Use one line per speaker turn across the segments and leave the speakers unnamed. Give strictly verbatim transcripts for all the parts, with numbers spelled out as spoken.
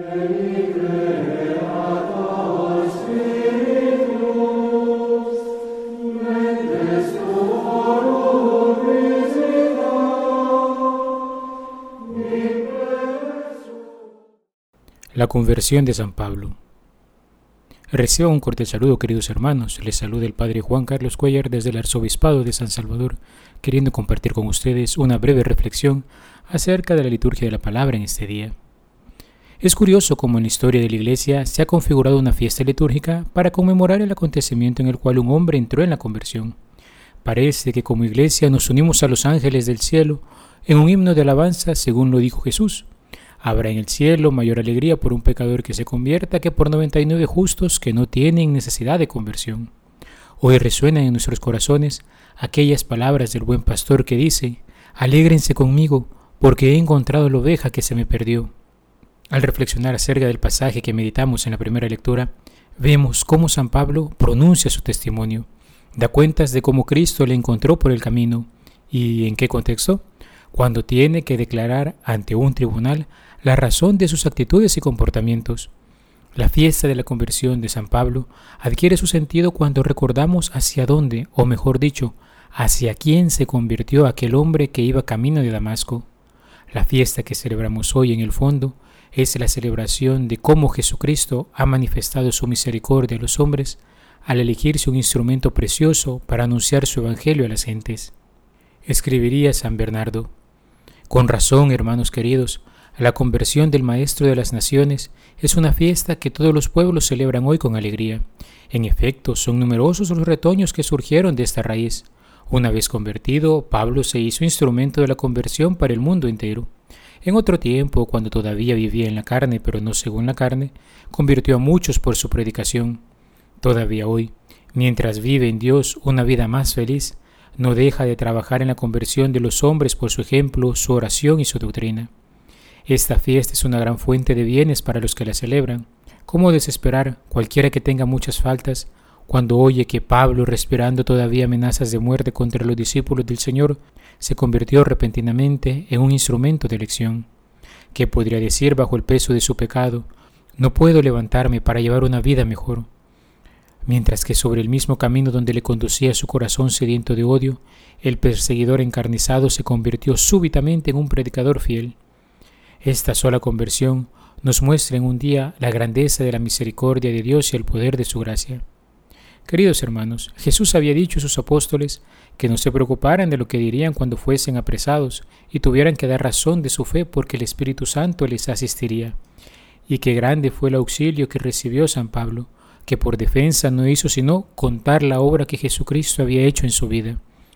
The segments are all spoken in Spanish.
La conversión de San Pablo. Reciban un cordial saludo, queridos hermanos. Les saluda el Padre Juan Carlos Cuéllar desde el Arzobispado de San Salvador, queriendo compartir con ustedes una breve reflexión acerca de la liturgia de la palabra en este día. Es curioso cómo en la historia de la Iglesia se ha configurado una fiesta litúrgica para conmemorar el acontecimiento en el cual un hombre entró en la conversión. Parece que como Iglesia nos unimos a los ángeles del cielo en un himno de alabanza, según lo dijo Jesús. Habrá en el cielo mayor alegría por un pecador que se convierta que por noventa y nueve justos que no tienen necesidad de conversión. Hoy resuenan en nuestros corazones aquellas palabras del buen pastor que dice: «Alégrense conmigo, porque he encontrado la oveja que se me perdió». Al reflexionar acerca del pasaje que meditamos en la primera lectura, vemos cómo San Pablo pronuncia su testimonio, da cuentas de cómo Cristo le encontró por el camino. ¿Y en qué contexto? Cuando tiene que declarar ante un tribunal la razón de sus actitudes y comportamientos. La fiesta de la conversión de San Pablo adquiere su sentido cuando recordamos hacia dónde, o mejor dicho, hacia quién se convirtió aquel hombre que iba camino de Damasco. La fiesta que celebramos hoy, en el fondo, es la celebración de cómo Jesucristo ha manifestado su misericordia a los hombres al elegirse un instrumento precioso para anunciar su evangelio a las gentes. Escribiría San Bernardo: «Con razón, hermanos queridos, la conversión del Maestro de las Naciones es una fiesta que todos los pueblos celebran hoy con alegría. En efecto, son numerosos los retoños que surgieron de esta raíz. Una vez convertido, Pablo se hizo instrumento de la conversión para el mundo entero. En otro tiempo, cuando todavía vivía en la carne, pero no según la carne, convirtió a muchos por su predicación. Todavía hoy, mientras vive en Dios una vida más feliz, no deja de trabajar en la conversión de los hombres por su ejemplo, su oración y su doctrina. Esta fiesta es una gran fuente de bienes para los que la celebran. ¿Cómo desesperar cualquiera que tenga muchas faltas cuando oye que Pablo, respirando todavía amenazas de muerte contra los discípulos del Señor, se convirtió repentinamente en un instrumento de elección? ¿Qué podría decir bajo el peso de su pecado? No puedo levantarme para llevar una vida mejor. Mientras que sobre el mismo camino donde le conducía su corazón sediento de odio, el perseguidor encarnizado se convirtió súbitamente en un predicador fiel. Esta sola conversión nos muestra en un día la grandeza de la misericordia de Dios y el poder de su gracia. Queridos hermanos, Jesús había dicho a sus apóstoles que no se preocuparan de lo que dirían cuando fuesen apresados y tuvieran que dar razón de su fe porque el Espíritu Santo les asistiría. Y qué grande fue el auxilio que recibió San Pablo, que por defensa no hizo sino contar la obra que Jesucristo había hecho en su vida.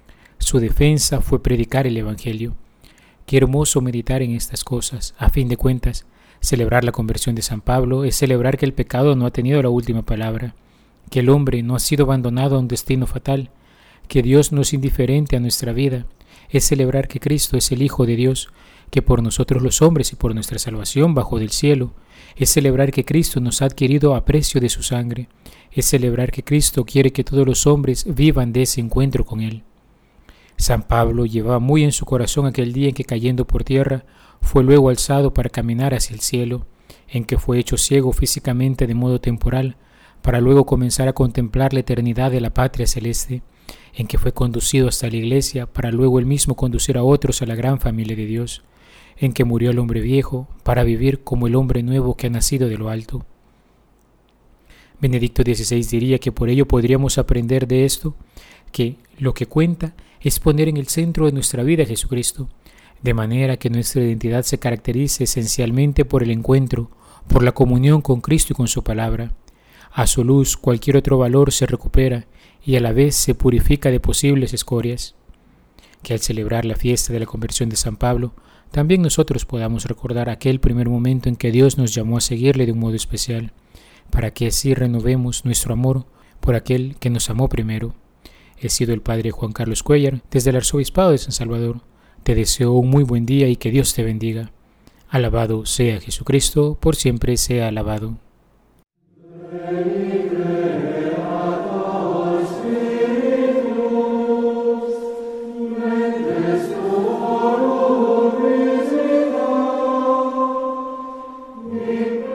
Su defensa fue predicar el Evangelio. Qué hermoso meditar en estas cosas. A fin de cuentas, celebrar la conversión de San Pablo es celebrar que el pecado no ha tenido la última palabra, que el hombre no ha sido abandonado a un destino fatal, que Dios no es indiferente a nuestra vida. Es celebrar que Cristo es el Hijo de Dios, que por nosotros los hombres y por nuestra salvación bajó del cielo. Es celebrar que Cristo nos ha adquirido a precio de su sangre. Es celebrar que Cristo quiere que todos los hombres vivan de ese encuentro con Él. San Pablo llevaba muy en su corazón aquel día en que, cayendo por tierra, fue luego alzado para caminar hacia el cielo, en que fue hecho ciego físicamente de modo temporal, para luego comenzar a contemplar la eternidad de la patria celeste, en que fue conducido hasta la iglesia, para luego él mismo conducir a otros a la gran familia de Dios, en que murió el hombre viejo, para vivir como el hombre nuevo que ha nacido de lo alto. Benedicto dieciséis diría que por ello podríamos aprender de esto, que lo que cuenta es poner en el centro de nuestra vida a Jesucristo, de manera que nuestra identidad se caracterice esencialmente por el encuentro, por la comunión con Cristo y con su palabra. A su luz cualquier otro valor se recupera y a la vez se purifica de posibles escorias. Que al celebrar la fiesta de la conversión de San Pablo, también nosotros podamos recordar aquel primer momento en que Dios nos llamó a seguirle de un modo especial, para que así renovemos nuestro amor por aquel que nos amó primero. He sido el Padre Juan Carlos Cuéllar, desde el Arzobispado de San Salvador. Te deseo un muy buen día y que Dios te bendiga. Alabado sea Jesucristo, por siempre sea alabado.
Amen.